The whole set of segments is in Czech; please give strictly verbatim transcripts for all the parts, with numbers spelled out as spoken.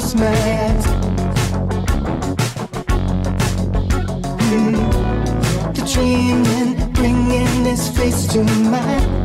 mad. Mm. The dreaming, bringing his face to mine.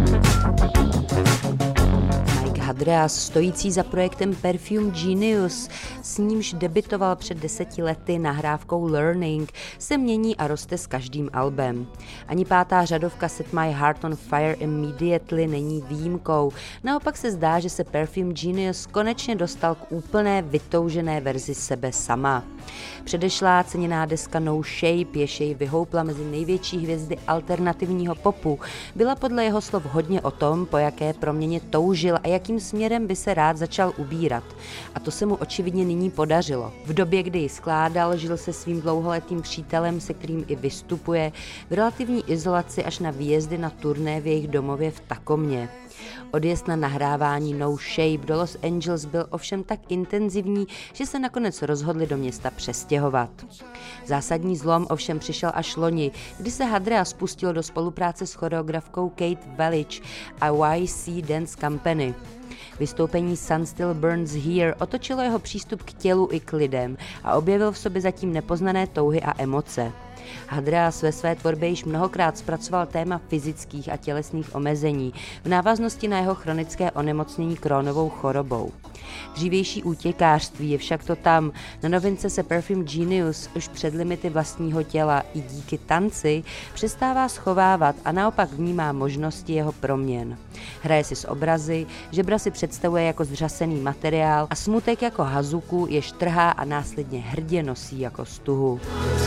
Hadreas, stojící za projektem Perfume Genius, s nímž debitoval před deseti lety nahrávkou Learning, se mění a roste s každým albem. Ani pátá řadovka Set My Heart on Fire Immediately není výjimkou. Naopak se zdá, že se Perfume Genius konečně dostal k úplné vytoužené verzi sebe sama. Předešlá ceněná deska No Shape, jež jej vyhoupla mezi největší hvězdy alternativního popu, byla podle jeho slov hodně o tom, po jaké proměně toužil a jakým směrem by se rád začal ubírat. A to se mu očividně nyní podařilo. V době, kdy ji skládal, žil se svým dlouholetým přítelem, se kterým i vystupuje, v relativní izolaci až na výjezdy na turné v jejich domově v Takomě. Odjezd na nahrávání No Shape do Los Angeles byl ovšem tak intenzivní, že se nakonec rozhodli do města přestěhovat. Zásadní zlom ovšem přišel až loni, kdy se Hadreas spustil do spolupráce s choreografkou Kate Vellich a Y C Dance Company. Vystoupení Sun Still Burns Here otočilo jeho přístup k tělu i k lidem a objevil v sobě zatím nepoznané touhy a emoce. Hadreas ve své tvorbě již mnohokrát zpracoval téma fyzických a tělesných omezení v návaznosti na jeho chronické onemocnění Crohnovou chorobou. Dřívější útěkářství je však to tam. Na novince se Perfume Genius už před limity vlastního těla i díky tanci přestává schovávat a naopak vnímá možnosti jeho proměn. Hraje si s obrazy, žebra si představuje jako zřasený materiál a smutek jako hazuku, jež trhá a následně hrdě nosí jako stuhu.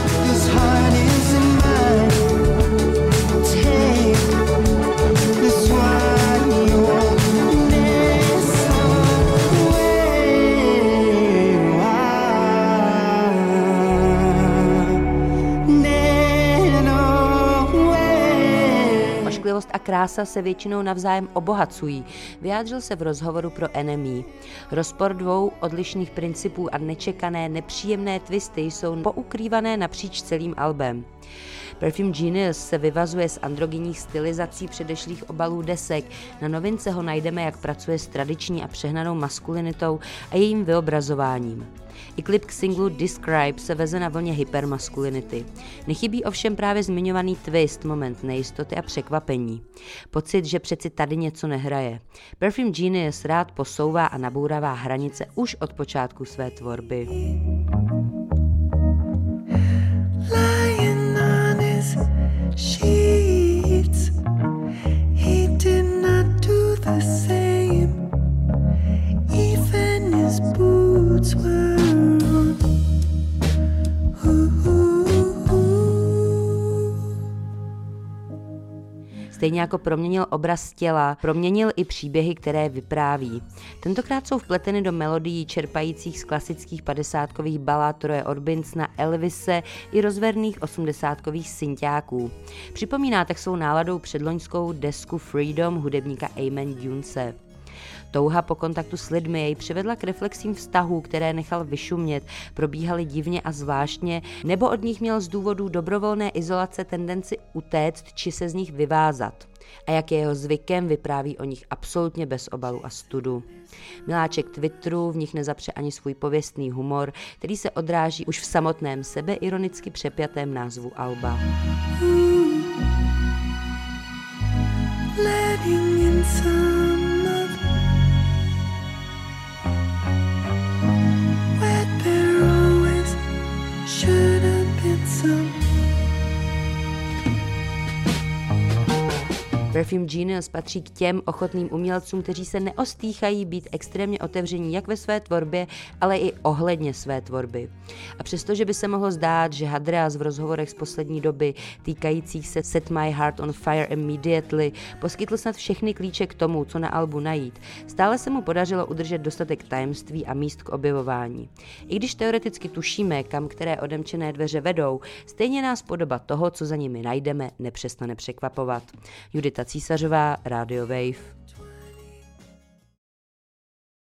Ošklivost a krása se většinou navzájem obohacují, vyjádřil se v rozhovoru pro N M E. Rozpor dvou odlišných principů a nečekané, nepříjemné twisty jsou poukrývané napříč celým albem. Perfume Genius se vyvazuje z androgynních stylizací předešlých obalů desek. Na novince ho najdeme, jak pracuje s tradiční a přehnanou maskulinitou a jejím vyobrazováním. I klip k singlu Describe se veze na vlně hypermaskulinity. Nechybí ovšem právě zmiňovaný twist, moment nejistoty a překvapení. Pocit, že přeci tady něco nehraje. Perfume Genius rád posouvá a nabourává hranice už od počátku své tvorby. Sheets. He did not do the same. Even his boots were on. Ooh, ooh, ooh. Stejně jako proměnil obraz těla, proměnil i příběhy, které vypráví. Tentokrát jsou vpleteny do melodií čerpajících z klasických padesátkových balad Roye Orbinsona, Elvise i rozverných osmdesátkových synťáků. Připomíná tak svou náladou předloňskou desku Freedom hudebníka Amen Dunese. Touha po kontaktu s lidmi jej přivedla k reflexím vztahů, které nechal vyšumět, probíhaly divně a zvláštně, nebo od nich měl z důvodu dobrovolné izolace tendenci utéct či se z nich vyvázat. A jak je jeho zvykem, vypráví o nich absolutně bez obalu a studu. Miláček Twitteru v nich nezapře ani svůj pověstný humor, který se odráží už v samotném sebeironicky přepjatém názvu alba. Perfume Genius patří k těm ochotným umělcům, kteří se neostýchají být extrémně otevření jak ve své tvorbě, ale i ohledně své tvorby. A přestože by se mohlo zdát, že Hadreas v rozhovorech z poslední doby týkajících se Set My Heart on Fire Immediately poskytl snad všechny klíče k tomu, co na albu najít, stále se mu podařilo udržet dostatek tajemství a míst k objevování. I když teoreticky tušíme, kam které odemčené dveře vedou, stejně nás podoba toho, co za nimi najdeme, nepřestane překvapovat. Judita Císařová, Radio Wave.